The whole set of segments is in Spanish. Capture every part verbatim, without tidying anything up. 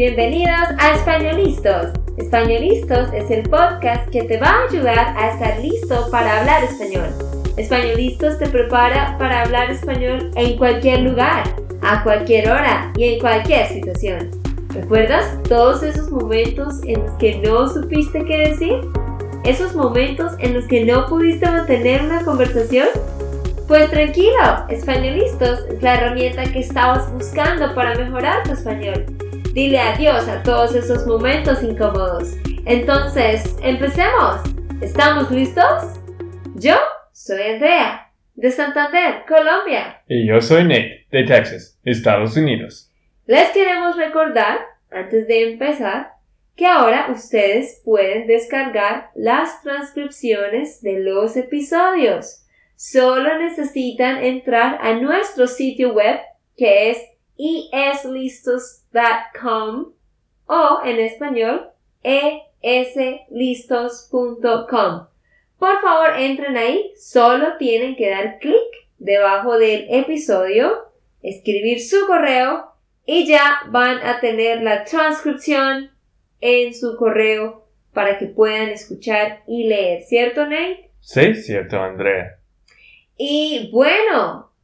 Bienvenidos a Españolistos. Españolistos es el podcast que te va a ayudar a estar listo para hablar español. Españolistos te prepara para hablar español en cualquier lugar, a cualquier hora y en cualquier situación. ¿Recuerdas todos esos momentos en los que no supiste qué decir? ¿Esos momentos en los que no pudiste mantener una conversación? Pues tranquilo, Españolistos es la herramienta que estabas buscando para mejorar tu español. Dile adiós a todos esos momentos incómodos. Entonces, empecemos. ¿Estamos listos? Yo soy Andrea, de Santander, Colombia. Y yo soy Nate, de Texas, Estados Unidos. Les queremos recordar, antes de empezar, que ahora ustedes pueden descargar las transcripciones de los episodios. Solo necesitan entrar a nuestro sitio web, que es e s listos punto com o en español e s listos punto com. Por favor, entren ahí, solo tienen que dar clic debajo del episodio, escribir su correo y ya van a tener la transcripción en su correo para que puedan escuchar y leer, ¿cierto, Nate? Sí, cierto, Andrea. Y bueno,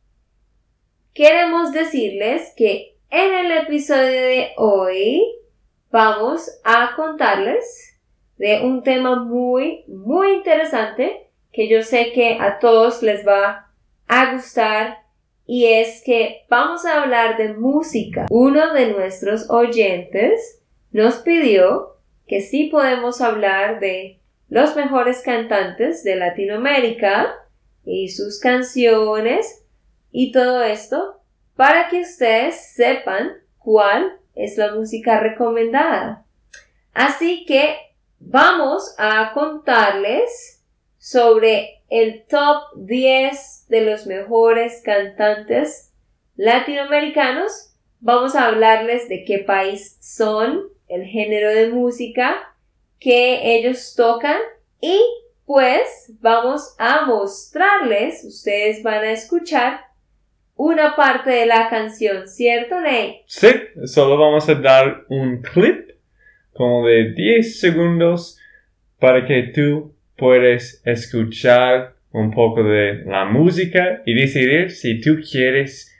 queremos decirles que en el episodio de hoy vamos a contarles de un tema muy, muy interesante que yo sé que a todos les va a gustar, y es que vamos a hablar de música. Uno de nuestros oyentes nos pidió que sí podemos hablar de los mejores cantantes de Latinoamérica y sus canciones y todo esto, para que ustedes sepan cuál es la música recomendada. Así que vamos a contarles sobre el top diez de los mejores cantantes latinoamericanos. Vamos a hablarles de qué país son, el género de música que ellos tocan y pues vamos a mostrarles, ustedes van a escuchar una parte de la canción, ¿cierto, Nate? Sí, solo vamos a dar un clip como de diez segundos para que tú puedas escuchar un poco de la música y decidir si tú quieres,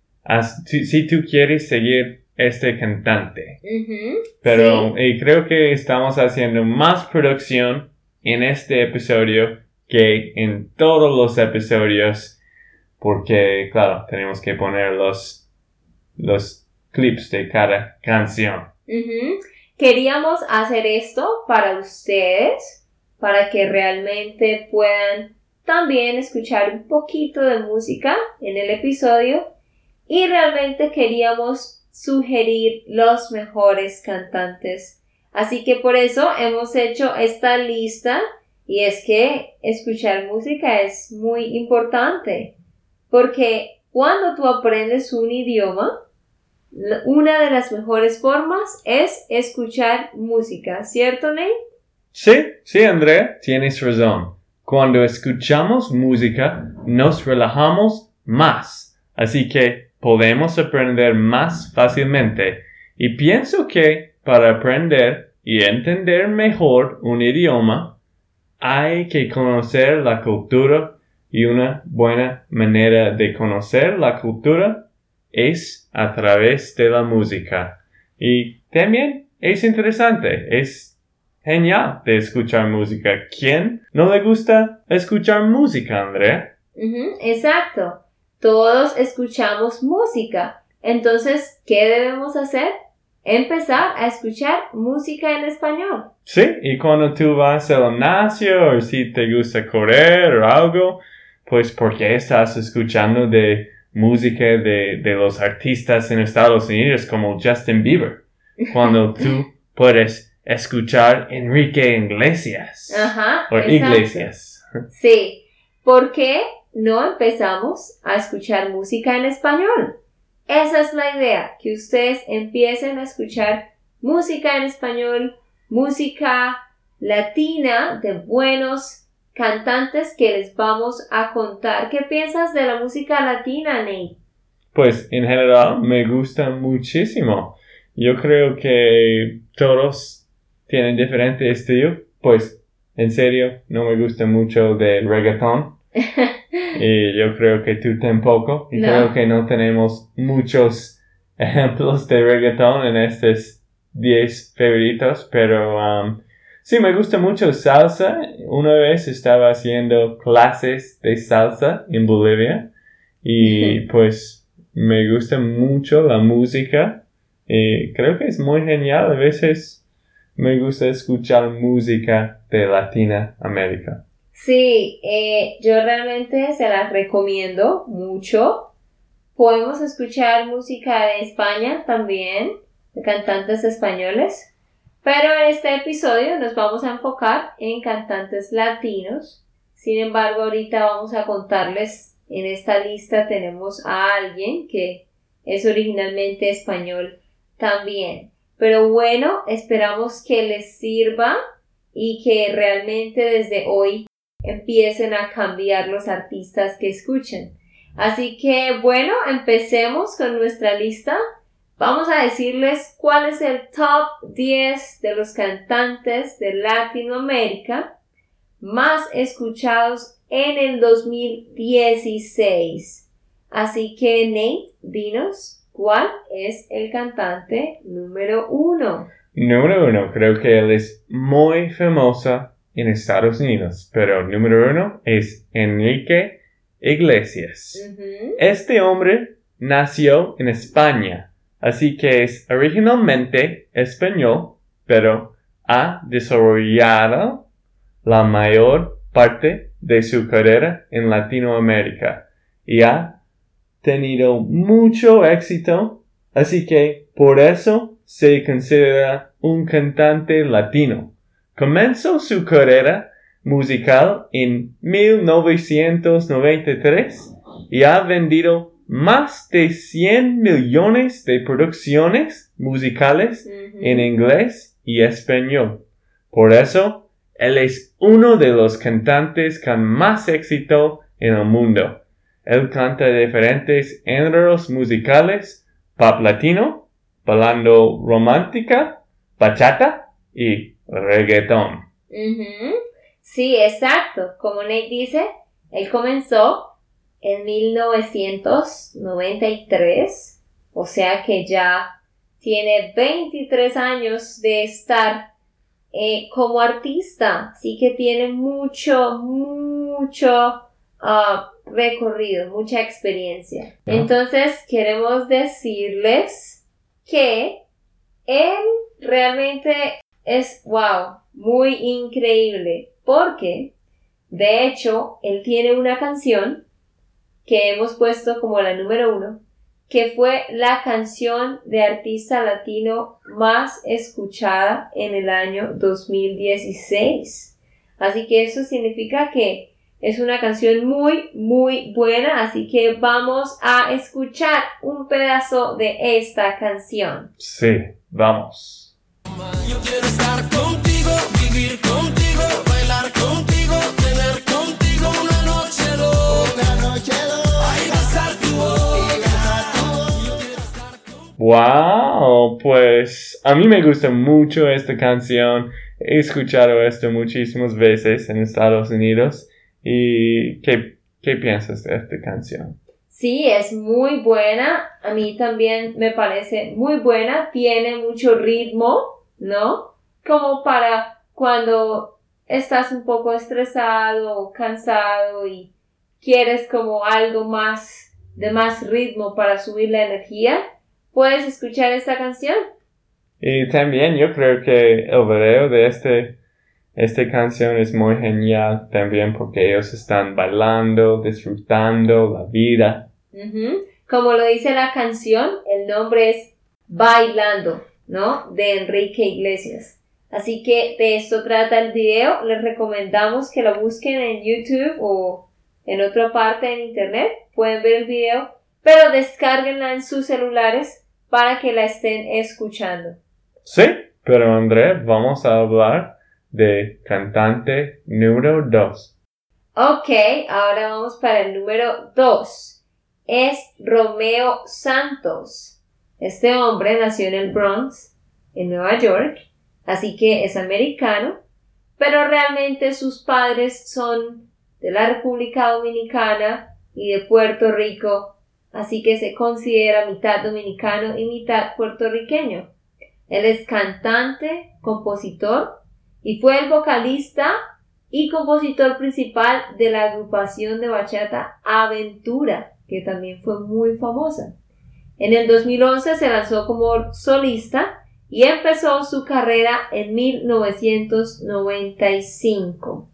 si tú quieres seguir este cantante. Uh-huh, Pero sí. y creo que estamos haciendo más producción en este episodio que en todos los episodios, porque, claro, tenemos que poner los, los clips de cada canción. Uh-huh. Queríamos hacer esto para ustedes, para que realmente puedan también escuchar un poquito de música en el episodio, y realmente queríamos sugerir los mejores cantantes. Así que por eso hemos hecho esta lista, y es que escuchar música es muy importante. Porque cuando tú aprendes un idioma, una de las mejores formas es escuchar música, ¿cierto, Nate? Sí, sí, Andrea, tienes razón. Cuando escuchamos música, nos relajamos más. Así que podemos aprender más fácilmente. Y pienso que para aprender y entender mejor un idioma, hay que conocer la cultura. Y una buena manera de conocer la cultura es a través de la música. Y también es interesante, es genial de escuchar música. ¿Quién no le gusta escuchar música, Andrea? Uh-huh, exacto. Todos escuchamos música. Entonces, ¿qué debemos hacer? Empezar a escuchar música en español. Sí, y cuando tú vas al gimnasio o si te gusta correr o algo, pues porque estás escuchando de música de, de los artistas en Estados Unidos como Justin Bieber, cuando tú puedes escuchar Enrique Iglesias. Ajá, o exacto. Iglesias. Sí, ¿por qué no empezamos a escuchar música en español? Esa es la idea, que ustedes empiecen a escuchar música en español, música latina de buenos cantantes que les vamos a contar. ¿Qué piensas de la música latina, Nate? Pues en general me gusta muchísimo. yo creo que todos tienen diferente estilo. Pues, en serio, no me gusta mucho del reggaetón. Y yo creo que tú tampoco. Y No. creo que no tenemos muchos ejemplos de reggaetón en estos diez favoritos. Pero um, sí, me gusta mucho salsa. Una vez estaba haciendo clases de salsa en Bolivia. Y pues me gusta mucho la música. Y creo que es muy genial. A veces me gusta escuchar música de Latinoamérica. Sí, eh, yo realmente se las recomiendo mucho. Podemos escuchar música de España también, de cantantes españoles, pero en este episodio nos vamos a enfocar en cantantes latinos. Sin embargo, ahorita vamos a contarles, en esta lista tenemos a alguien que es originalmente español también. Pero bueno, esperamos que les sirva y que realmente desde hoy empiecen a cambiar los artistas que escuchen. Así que bueno, empecemos con nuestra lista. Vamos a decirles cuál es el top diez de los cantantes de Latinoamérica más escuchados en el dos mil dieciséis. Así que Nate, dinos, ¿cuál es el cantante número uno? Número uno, creo que él es muy famoso en Estados Unidos, pero el número uno es Enrique Iglesias. Uh-huh. Este hombre nació en España, así que es originalmente español, pero ha desarrollado la mayor parte de su carrera en Latinoamérica y ha tenido mucho éxito, así que por eso se considera un cantante latino. Comenzó su carrera musical en mil novecientos noventa y tres y ha vendido más de cien millones de producciones musicales Uh-huh. en inglés y español. Por eso, él es uno de los cantantes con más éxito en el mundo. Él canta diferentes géneros musicales: pop latino, balada romántica, bachata y reggaetón. Uh-huh. Sí, exacto. Como Nate dice, él comenzó en mil novecientos noventa y tres, o sea que ya tiene veintitrés años de estar eh, como artista, sí que tiene mucho, mucho uh, recorrido, mucha experiencia. ¿No? Entonces queremos decirles que él realmente es, wow, muy increíble, porque de hecho él tiene una canción que hemos puesto como la número uno, que fue la canción de artista latino más escuchada en el año dos mil dieciséis. Así que eso significa que es una canción muy, muy buena, así que vamos a escuchar un pedazo de esta canción. Sí, vamos. Yo quiero estar contigo, vivir contigo, bailar contigo, tener contigo una noche loca, una noche loca, ay, besar tu boca. Yo quiero estar contigo. Wow, pues a mí me gusta mucho esta canción. He escuchado esto muchísimas veces en Estados Unidos. ¿Y qué, qué piensas de esta canción? Sí, es muy buena. A mí también me parece muy buena. Tiene mucho ritmo, ¿no? Como para cuando estás un poco estresado o cansado y quieres como algo más, de más ritmo para subir la energía, puedes escuchar esta canción. Y también yo creo que el video de este, esta canción es muy genial también porque ellos están bailando, disfrutando la vida. Uh-huh. Como lo dice la canción, el nombre es Bailando, ¿no? De Enrique Iglesias. Así que de esto trata el video. Les recomendamos que lo busquen en YouTube o en otra parte en internet. Pueden ver el video, pero descárguenla en sus celulares para que la estén escuchando. Sí, pero André, vamos a hablar de cantante número dos. Ok, ahora vamos para el número dos. Es Romeo Santos. Este hombre nació en el Bronx, en Nueva York, así que es americano, pero realmente sus padres son de la República Dominicana y de Puerto Rico, así que se considera mitad dominicano y mitad puertorriqueño. Él es cantante, compositor y fue el vocalista y compositor principal de la agrupación de bachata Aventura, que también fue muy famosa. En el dos mil once se lanzó como solista y empezó su carrera en mil novecientos noventa y cinco.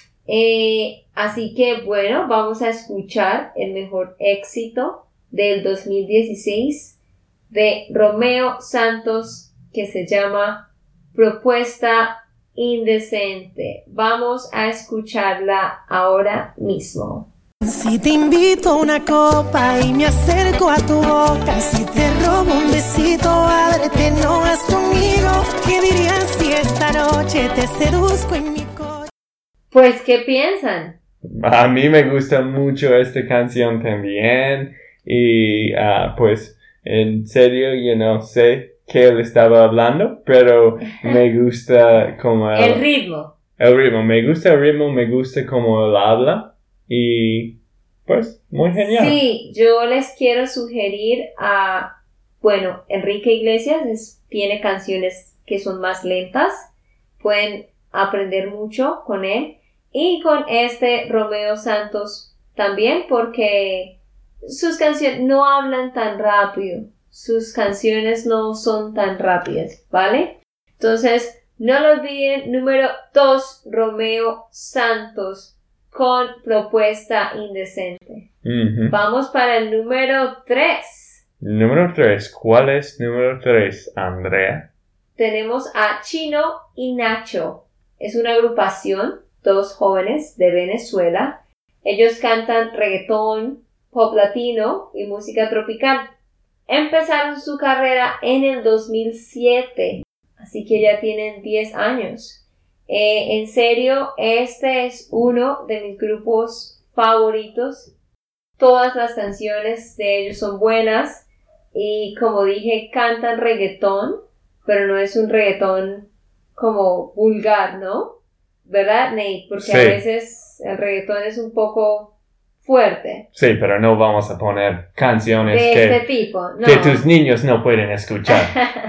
Eh, así que bueno, vamos a escuchar el mejor éxito del dos mil dieciséis de Romeo Santos, que se llama Propuesta Indecente. Vamos a escucharla ahora mismo. Si te invito a una copa y me acerco a tu boca, si te robo un besito, ábrete, no vas conmigo. ¿Qué dirías si esta noche te seduzco en mi coche? Pues, ¿qué piensan? A mí me gusta mucho esta canción también. Y uh, pues, en serio, yo no sé qué él estaba hablando, pero me gusta como el, el ritmo. El ritmo, me gusta el ritmo, me gusta como él habla. Y pues, muy genial. Sí, yo les quiero sugerir a, bueno, Enrique Iglesias es, tiene canciones que son más lentas, pueden aprender mucho con él, y con este Romeo Santos también, porque sus canciones no hablan tan rápido, sus canciones no son tan rápidas, ¿vale? Entonces, no lo olviden, número dos, Romeo Santos, con Propuesta Indecente. Uh-huh. Vamos para el número tres. Número tres. ¿Cuál es número tres, Andrea? Tenemos a Chino y Nacho. Es una agrupación, dos jóvenes de Venezuela. Ellos cantan reggaetón, pop latino y música tropical. Empezaron su carrera en el dos mil siete, así que ya tienen diez años. Eh, en serio, este es uno de mis grupos favoritos. Todas las canciones de ellos son buenas y, como dije, cantan reggaetón, pero no es un reggaetón como vulgar, ¿no? ¿Verdad, Nate? Porque sí, a veces el reggaetón es un poco fuerte. Sí, pero no vamos a poner canciones de que, este tipo, no, que tus niños no pueden escuchar.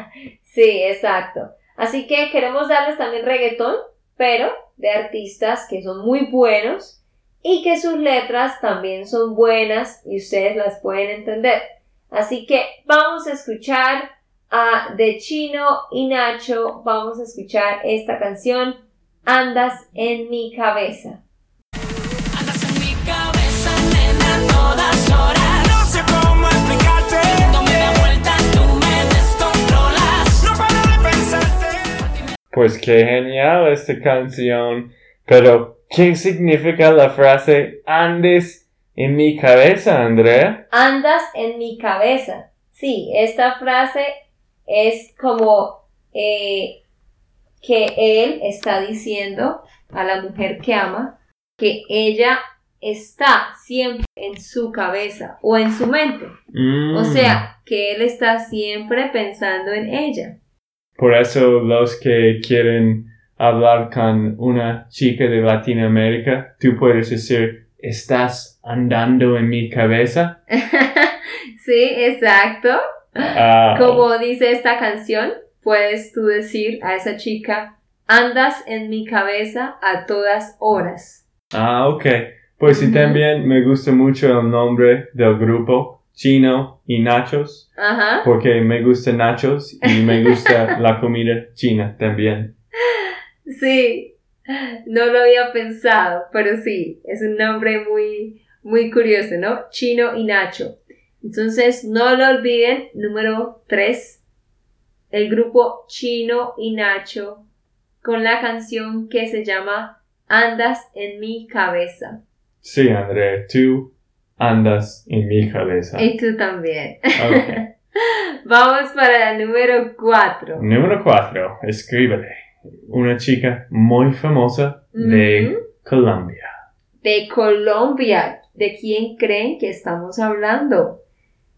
Sí, exacto. Así que queremos darles también reggaetón, pero de artistas que son muy buenos y que sus letras también son buenas y ustedes las pueden entender. Así que vamos a escuchar a de Chino y Nacho, vamos a escuchar esta canción, Andas en mi cabeza. Andas en mi cabeza, nena, a todas horas. No sé cómo explicarte. No me da vuelta, tú me descontrolas. No paro de pensarte. Pues qué genial esta canción. Pero, ¿qué significa la frase andes en mi cabeza, Andrea? Andas en mi cabeza. Sí, esta frase es como eh, que él está diciendo a la mujer que ama que ella está siempre en su cabeza o en su mente. Mm. O sea, que él está siempre pensando en ella. Por eso los que quieren hablar con una chica de Latinoamérica, tú puedes decir, ¿estás andando en mi cabeza? Sí, exacto. Uh, Como dice esta canción, puedes tú decir a esa chica, andas en mi cabeza a todas horas. Ah, ok. Pues sí, uh-huh. También me gusta mucho el nombre del grupo, Chino y Nachos. Ajá. Porque me gusta nachos y me gusta la comida china también. Sí, no lo había pensado, pero sí, es un nombre muy, muy curioso, ¿no? Chino y Nacho. Entonces, no lo olviden, número tres, el grupo Chino y Nacho con la canción que se llama Andas en mi cabeza. Sí, Andrea, tú andas en mi cabeza. Y tú también. Okay. Vamos para el número cuatro. Número cuatro, escríbele. Una chica muy famosa de uh-huh. Colombia. De Colombia. ¿De quién creen que estamos hablando?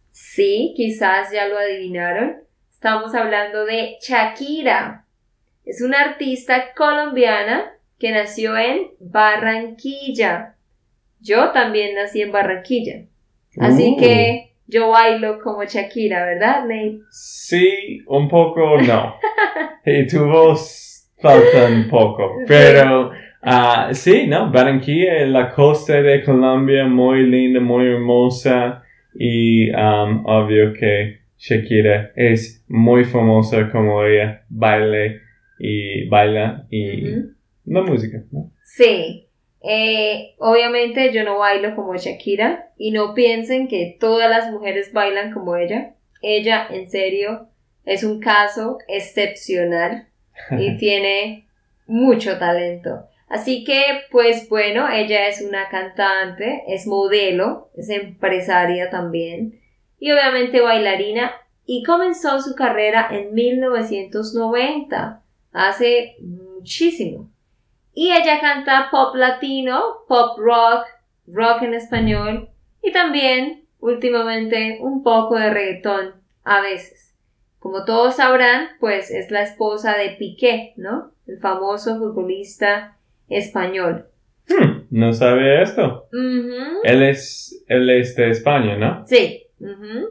Sí, quizás ya lo adivinaron. Estamos hablando de Shakira. Es una artista colombiana que nació en Barranquilla. Yo también nací en Barranquilla. Así Uh. que yo bailo como Shakira, ¿verdad, Nate? Sí, un poco no. Y tu voz falta un poco. Pero uh, sí, ¿no? Barranquilla es la costa de Colombia, muy linda, muy hermosa. Y um, obvio que Shakira es muy famosa como ella baile y baila y Ujú. la música, ¿no? Sí. Eh, obviamente yo no bailo como Shakira y no piensen que todas las mujeres bailan como ella. Ella, en serio, es un caso excepcional y tiene mucho talento. Así que, pues bueno, ella es una cantante, es modelo, es empresaria también y obviamente bailarina y comenzó su carrera en mil novecientos noventa, hace muchísimo. Y ella canta pop latino, pop rock, rock en español y también últimamente un poco de reggaetón a veces. Como todos sabrán, pues es la esposa de Piqué, ¿no? El famoso futbolista español. Hmm, no sabía esto. Ujú. Él es, él es de España, ¿no? Sí. Ujú.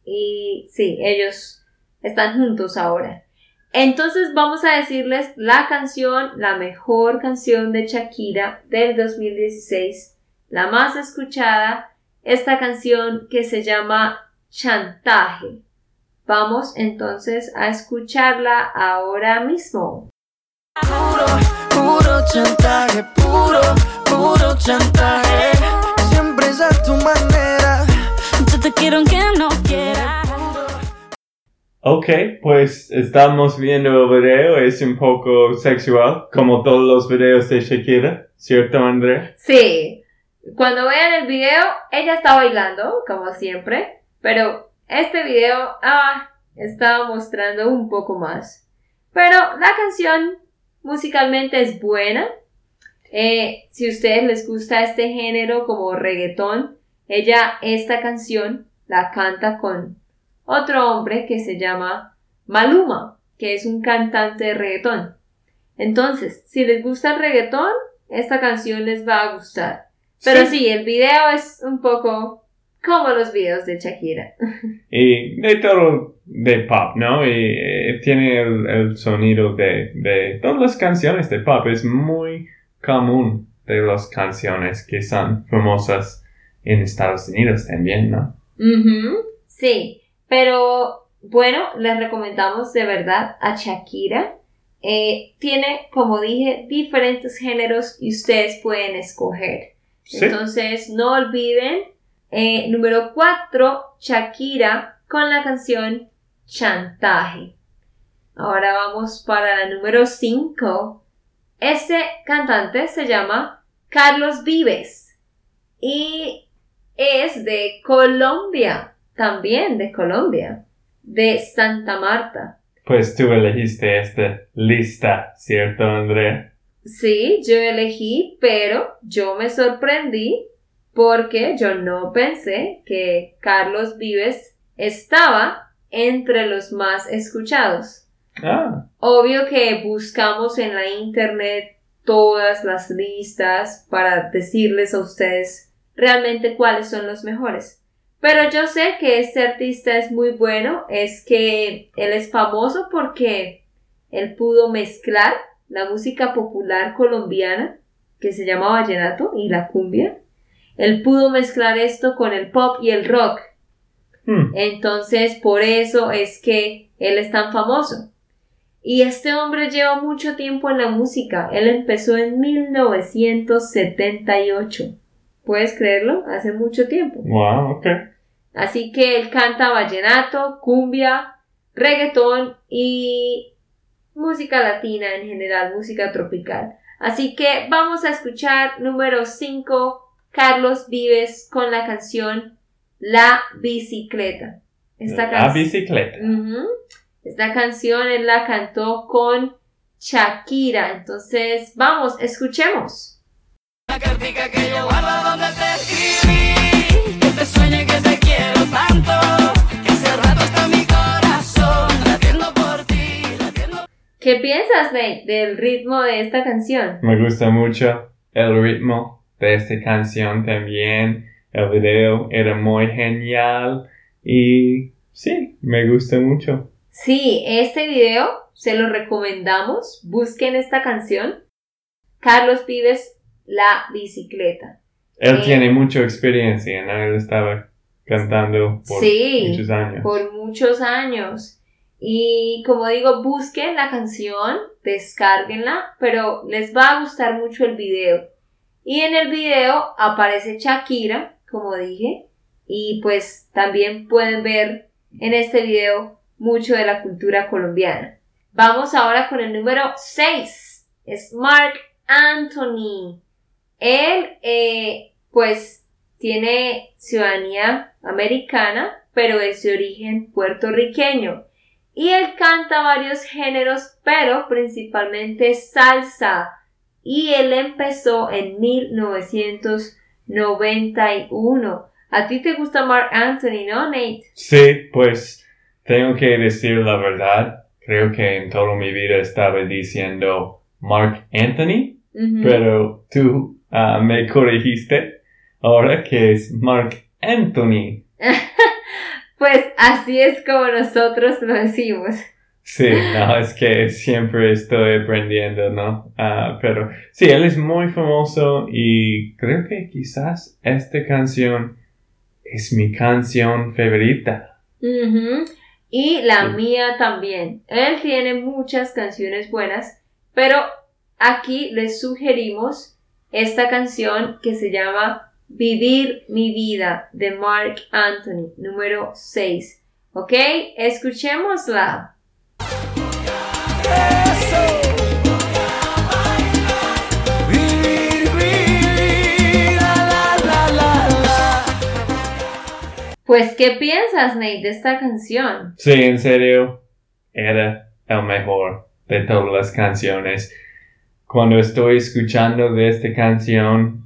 Y sí, ellos están juntos ahora. Entonces vamos a decirles la canción, la mejor canción de Shakira del dos mil dieciséis, la más escuchada, esta canción que se llama Chantaje. Vamos entonces a escucharla ahora mismo. Puro, puro chantaje, puro, puro chantaje. Siempre es a tu manera. Yo te quiero aunque no quieras. Ok, pues estamos viendo el video, es un poco sexual, como todos los videos de Shakira, ¿cierto, Andrea? Sí, cuando vean el video, ella está bailando, como siempre, pero este video ah, está mostrando un poco más. Pero la canción musicalmente es buena. Eh, si a ustedes les gusta este género como reggaetón, ella esta canción la canta con otro hombre que se llama Maluma, que es un cantante de reggaetón. Entonces, si les gusta el reggaetón, esta canción les va a gustar. Pero sí, el video es un poco como los videos de Shakira. Y de todo de pop, ¿no? Y eh, tiene el, el sonido de, de todas las canciones de pop. Es muy común de las canciones que son famosas en Estados Unidos también, ¿no? Uh-huh. Sí, pero bueno, les recomendamos de verdad a Shakira. Eh, tiene, como dije, diferentes géneros y ustedes pueden escoger. Sí. Entonces, no olviden, eh, número cuatro, Shakira con la canción Chantaje. Ahora vamos para la número cinco. Este cantante se llama Carlos Vives y es de Colombia, también de Colombia, de Santa Marta. Pues tú elegiste esta lista, ¿cierto, Andrea? Sí, yo elegí, pero yo me sorprendí porque yo no pensé que Carlos Vives estaba entre los más escuchados. Ah, Obvio que buscamos en la internet todas las listas para decirles a ustedes realmente cuáles son los mejores. Pero yo sé que este artista es muy bueno, es que él es famoso porque él pudo mezclar la música popular colombiana, que se llama vallenato, y la cumbia. Él pudo mezclar esto con el pop y el rock. hmm. Entonces, por eso es que él es tan famoso. Y este hombre lleva mucho tiempo en la música. Él empezó en mil novecientos setenta y ocho. ¿Puedes creerlo? Hace mucho tiempo. Wow, ok. Así que él canta vallenato, cumbia, reggaetón y música latina en general, música tropical. Así que vamos a escuchar número cinco, Carlos Vives con la canción La Bicicleta. Esta La can- bicicleta. Ujú. Esta canción él la cantó con Shakira. Entonces, vamos, escuchemos. La cartica que yo guardo donde te escribí, que te sueñe que te quiero tanto. ¿Qué piensas, Nate, del ritmo de esta canción? Me gusta mucho el ritmo de esta canción también. El video era muy genial y sí, me gusta mucho. Sí, este video se lo recomendamos. Busquen esta canción. Carlos Vives, La Bicicleta. Él Eh, tiene mucha experiencia, ¿no? Él estaba cantando por sí, muchos años. por muchos años. Y como digo, busquen la canción, descárguenla, pero les va a gustar mucho el video. Y en el video aparece Shakira, como dije, y pues también pueden ver en este video mucho de la cultura colombiana. Vamos ahora con el número seis. Es Marc Anthony. Él, eh, pues, tiene ciudadanía americana, pero es de origen puertorriqueño. Y él canta varios géneros, pero principalmente salsa. Y él empezó en mil novecientos noventa y uno. ¿A ti te gusta Marc Anthony, no, Nate? Sí, pues tengo que decir la verdad. Creo que en toda mi vida estaba diciendo Marc Anthony, Ujú. pero tú ah, me corregiste ahora que es Marc Anthony. Pues así es como nosotros lo decimos. Sí, no, es que siempre estoy aprendiendo, ¿no? Ah, pero sí, él es muy famoso y creo que quizás esta canción es mi canción favorita. Ujú. Y la Sí. mía también. Él tiene muchas canciones buenas, pero aquí les sugerimos esta canción que se llama Vivir mi vida de Marc Anthony, número seis. ¿Ok? Escuchémosla. Vivir, vivir, la, la, la, la. Pues, ¿qué piensas, Nate, de esta canción? Sí, en serio, era el mejor de todas las canciones. Cuando estoy escuchando de esta canción,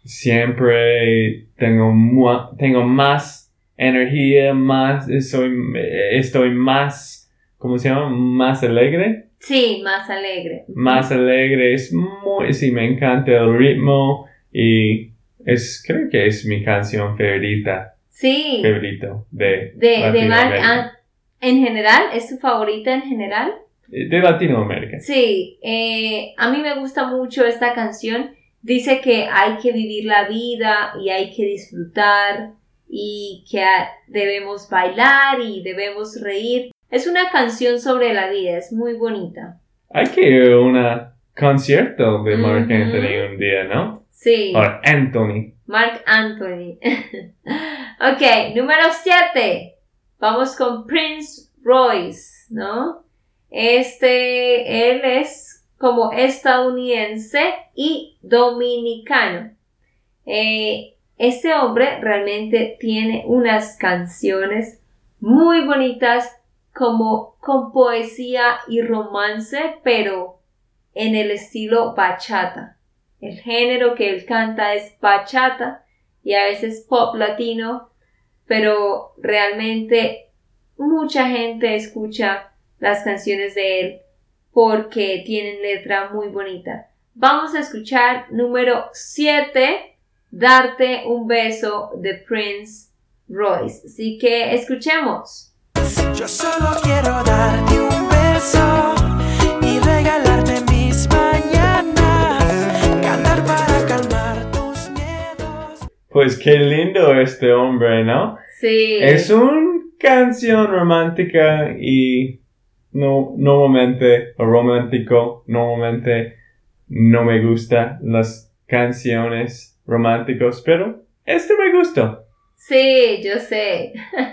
siempre tengo, mu- tengo más energía, más, estoy, estoy más, ¿cómo se llama? Más alegre. Sí, más alegre. Más alegre, es muy, sí, me encanta el ritmo y es, creo que es mi canción favorita, Sí, favorito de, de, de Marc Latinoamérica. Anthony. En general, ¿es tu favorita en general? De Latinoamérica. Sí, eh, a mí me gusta mucho esta canción. Dice que hay que vivir la vida y hay que disfrutar y que ah, debemos bailar y debemos reír. Es una canción sobre la vida, es muy bonita. Hay que ir a un concierto de Marc Ujú. Anthony un día, ¿no? Sí, O Anthony. Marc Anthony. Ok, número siete. Vamos con Prince Royce, ¿no? Este, él es como estadounidense y dominicano. Eh, este hombre realmente tiene unas canciones muy bonitas, como con poesía y romance, pero en el estilo bachata. El género que él canta es bachata y a veces pop latino, pero realmente mucha gente escucha las canciones de él porque tienen letra muy bonita. Vamos a escuchar número siete, Darte un beso de Prince Royce. Así que escuchemos. Yo solo quiero darte un beso y regalarte mis mañanas, cantar para calmar tus miedos. Pues qué lindo este hombre, ¿no? Sí. Es una canción romántica y no, normalmente, o romántico, normalmente no me gustan las canciones románticas, pero este me gustó. Sí, yo sé.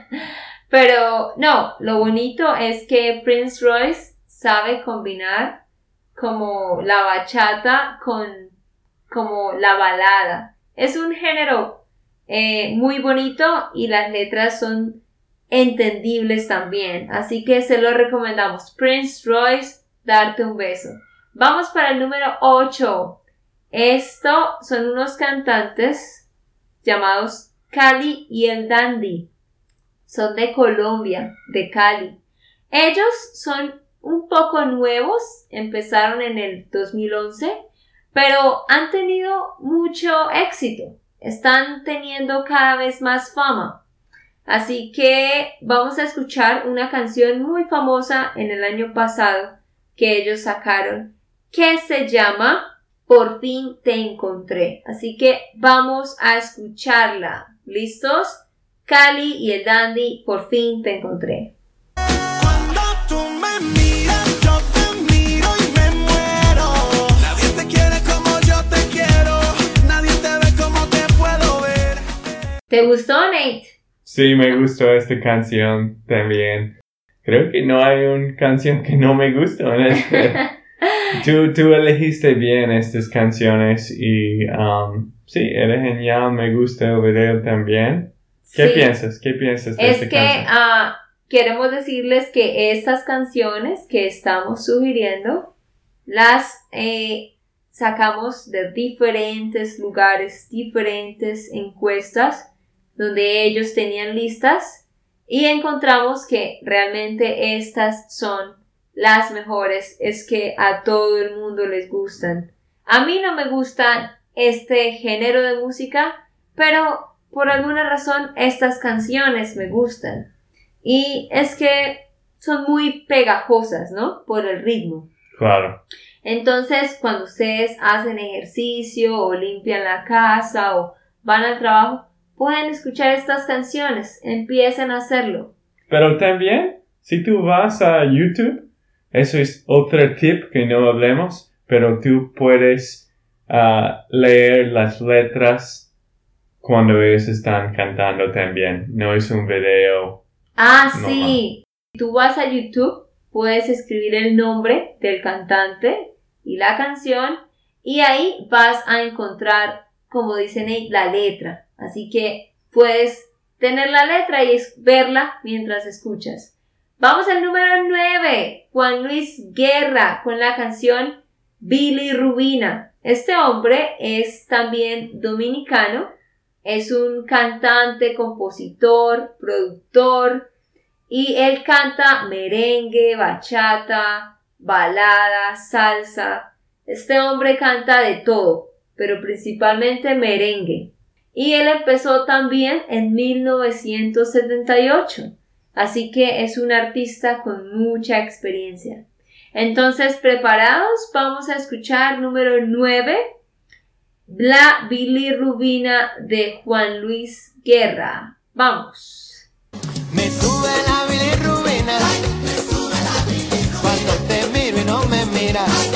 Pero no, lo bonito es que Prince Royce sabe combinar como la bachata con como la balada. Es un género eh, muy bonito y las letras son entendibles también. Así que se lo recomendamos. Prince Royce, Darte un beso. Vamos para el número ocho. Esto son unos cantantes llamados Cali y el Dandy. Son de Colombia, de Cali. Ellos son un poco nuevos, empezaron en el dos mil once, pero han tenido mucho éxito, están teniendo cada vez más fama. Así que vamos a escuchar una canción muy famosa en el año pasado que ellos sacaron, que se llama Por fin te encontré. Así que vamos a escucharla. ¿Listos? Cali y el Dandy, Por fin te encontré. Cuando tú me miras, yo te miro y me muero. Nadie te quiere como yo te quiero. Nadie te ve como te puedo ver. ¿Te gustó, Nate? Sí, me gustó esta canción también. Creo que no hay una canción que no me gustó en este. tú, tú elegiste bien estas canciones y um, sí, era genial, me gusta el video también. ¿Qué Sí. piensas? ¿Qué piensas de Es esta que canción? ah, queremos decirles que estas canciones que estamos sugiriendo las eh, sacamos de diferentes lugares, diferentes encuestas donde ellos tenían listas y encontramos que realmente estas son las mejores, es que a todo el mundo les gustan. A mí no me gusta este género de música, pero por alguna razón estas canciones me gustan. Y es que son muy pegajosas, ¿no? Por el ritmo. Claro. Entonces, cuando ustedes hacen ejercicio o limpian la casa o van al trabajo, pueden escuchar estas canciones. Empiecen a hacerlo. Pero también, si tú vas a YouTube, eso es otro tip que no hablemos, pero tú puedes uh, leer las letras cuando ellos están cantando también. No es un video. Ah, No, sí. Tú vas a YouTube, puedes escribir el nombre del cantante y la canción y ahí vas a encontrar, como dicen ahí, la letra. Así que puedes tener la letra y es- verla mientras escuchas. Vamos al número nueve. Juan Luis Guerra con la canción Bilirrubina. Este hombre es también dominicano. Es un cantante, compositor, productor y él canta merengue, bachata, balada, salsa. Este hombre canta de todo, pero principalmente merengue. Y él empezó también en mil novecientos setenta y ocho, así que es un artista con mucha experiencia. Entonces, ¿preparados? Vamos a escuchar número nueve. La bilirrubina de Juan Luis Guerra. Vamos. Me sube la bilirrubina. Cuando te miro y no me miras.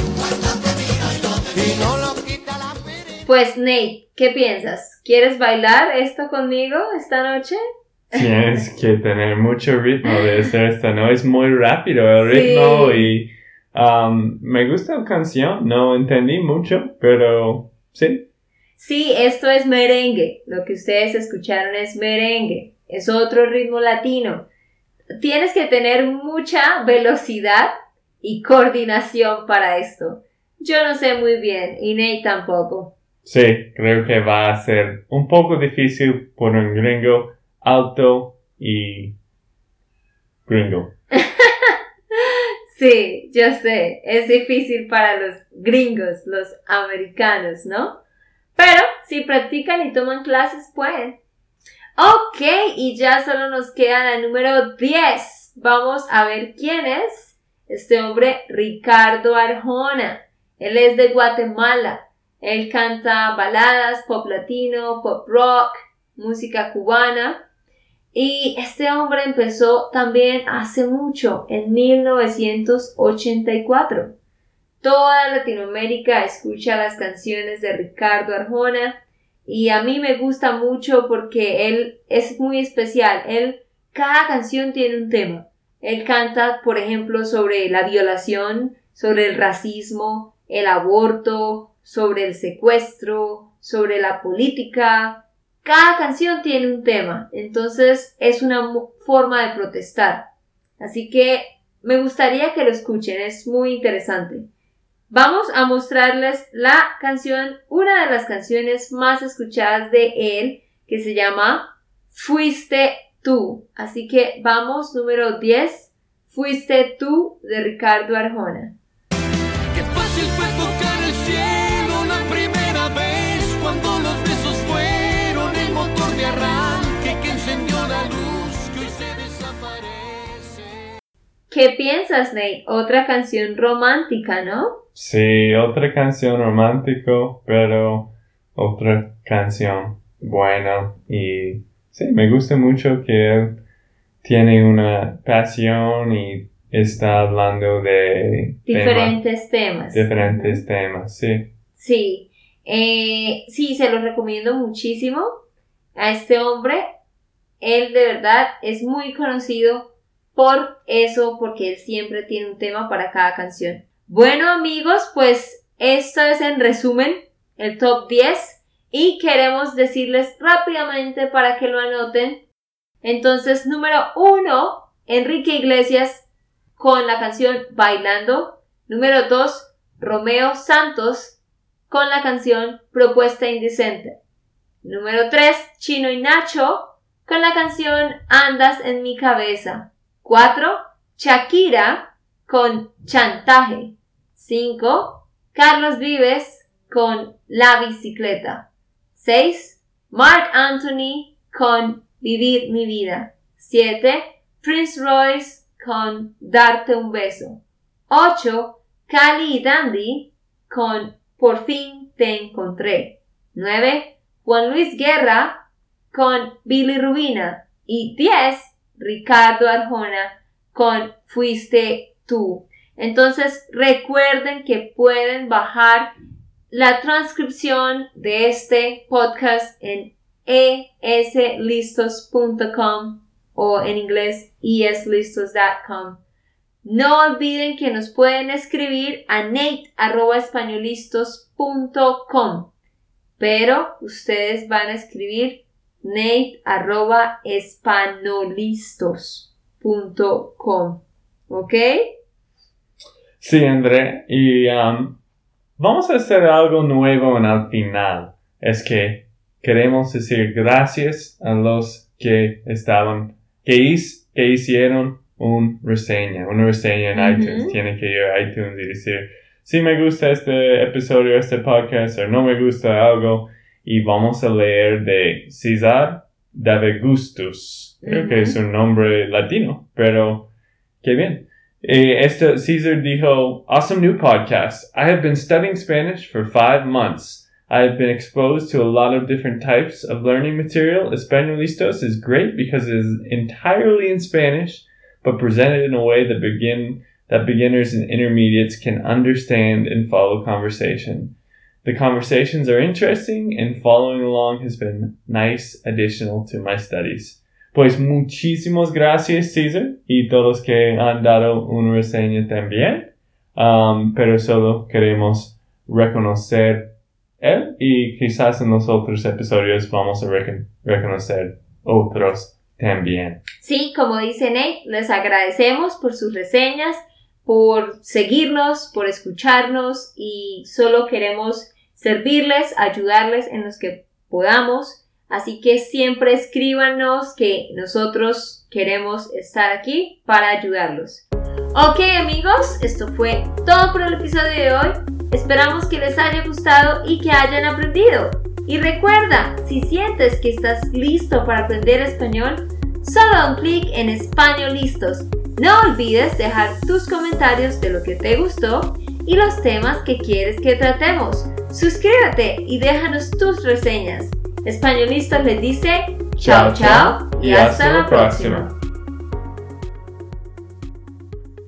Y no lo quita la pirina. Pues Nate, ¿qué piensas? ¿Quieres bailar esto conmigo esta noche? Tienes que tener mucho ritmo de hacer esto. No es muy rápido el Sí. ritmo y um, me gusta la canción. No entendí mucho, pero sí. Sí, esto es merengue. Lo que ustedes escucharon es merengue. Es otro ritmo latino. Tienes que tener mucha velocidad y coordinación para esto. Yo no sé muy bien y Nate tampoco. Sí, creo que va a ser un poco difícil por un gringo alto y gringo. Sí, yo sé, es difícil para los gringos, los americanos, ¿no? Pero si practican y toman clases, pueden. Ok, y ya solo nos queda la número diez. Vamos a ver quién es este hombre, Ricardo Arjona. Él es de Guatemala. Él canta baladas, pop latino, pop rock, música cubana. Y este hombre empezó también hace mucho, en mil novecientos ochenta y cuatro. Toda Latinoamérica escucha las canciones de Ricardo Arjona y a mí me gusta mucho porque él es muy especial. Él, cada canción tiene un tema. Él canta, por ejemplo, sobre la violación, sobre el racismo, el aborto, sobre el secuestro, sobre la política. Cada canción tiene un tema, entonces es una forma de protestar. Así que me gustaría que lo escuchen, es muy interesante. Vamos a mostrarles la canción, una de las canciones más escuchadas de él, que se llama Fuiste Tú. Así que vamos, número diez, Fuiste tú, de Ricardo Arjona. Qué fácil fue tocar el cielo la primera vez, cuando los besos fueron el motor de arranque que encendió la luz que hoy se desaparece. ¿Qué piensas, Nate? Otra canción romántica, ¿no? Sí, otra canción romántico, pero otra canción buena. Y sí, me gusta mucho que él tiene una pasión y está hablando de diferentes temas. Diferentes uh-huh. temas, sí. Sí, eh, sí, se los recomiendo muchísimo a este hombre. Él de verdad es muy conocido por eso, porque él siempre tiene un tema para cada canción. Bueno, amigos, pues esto es en resumen el top diez y queremos decirles rápidamente para que lo anoten. Entonces, número uno, Enrique Iglesias con la canción Bailando. Número dos, Romeo Santos con la canción Propuesta Indecente. Número tres, Chino y Nacho con la canción Andas en mi cabeza. cuatro, Shakira con Chantaje. cinco, Carlos Vives con La Bicicleta. seis, Marc Anthony con Vivir mi vida. siete, Prince Royce con Darte un beso. ocho, Cali y Dandy con Por fin te encontré. nueve, Juan Luis Guerra con Bilirrubina. Y diez, Ricardo Arjona con Fuiste tú. Entonces recuerden que pueden bajar la transcripción de este podcast en e s listos punto com o en inglés e s listos punto com. No olviden que nos pueden escribir a nate arroba españolistos punto com, pero ustedes van a escribir nate arroba espanolistos punto com, ¿ok? Sí, André, y um, vamos a hacer algo nuevo en el final. Es que queremos decir gracias a los que estaban, que, his, que hicieron una reseña, una reseña en uh-huh. iTunes. Tienen que ir a iTunes y decir, si me gusta este episodio, este podcast, o no me gusta algo. Y vamos a leer de César Davegustus. Creo uh-huh. que es un nombre latino, pero qué bien. Eh, este César dijo, awesome new podcast. I have been studying Spanish for five months. I have been exposed to a lot of different types of learning material. Españolistos is great because it is entirely in Spanish, but presented in a way that begin that beginners and intermediates can understand and follow conversation. The conversations are interesting, and following along has been nice additional to my studies. Pues muchísimas gracias, César, y todos que han dado una reseña también. Um, pero solo queremos reconocer él y quizás en los otros episodios vamos a recon- reconocer otros también. Sí, como dice Nate, les agradecemos por sus reseñas, por seguirnos, por escucharnos y solo queremos servirles, ayudarles en los que podamos. Así que siempre escríbanos que nosotros queremos estar aquí para ayudarlos. Ok, amigos, esto fue todo por el episodio de hoy. Esperamos que les haya gustado y que hayan aprendido. Y recuerda, si sientes que estás listo para aprender español, solo da un clic en Españolistos. No olvides dejar tus comentarios de lo que te gustó y los temas que quieres que tratemos. Suscríbete y déjanos tus reseñas. Españolistas les dice chao chao y hasta la próxima.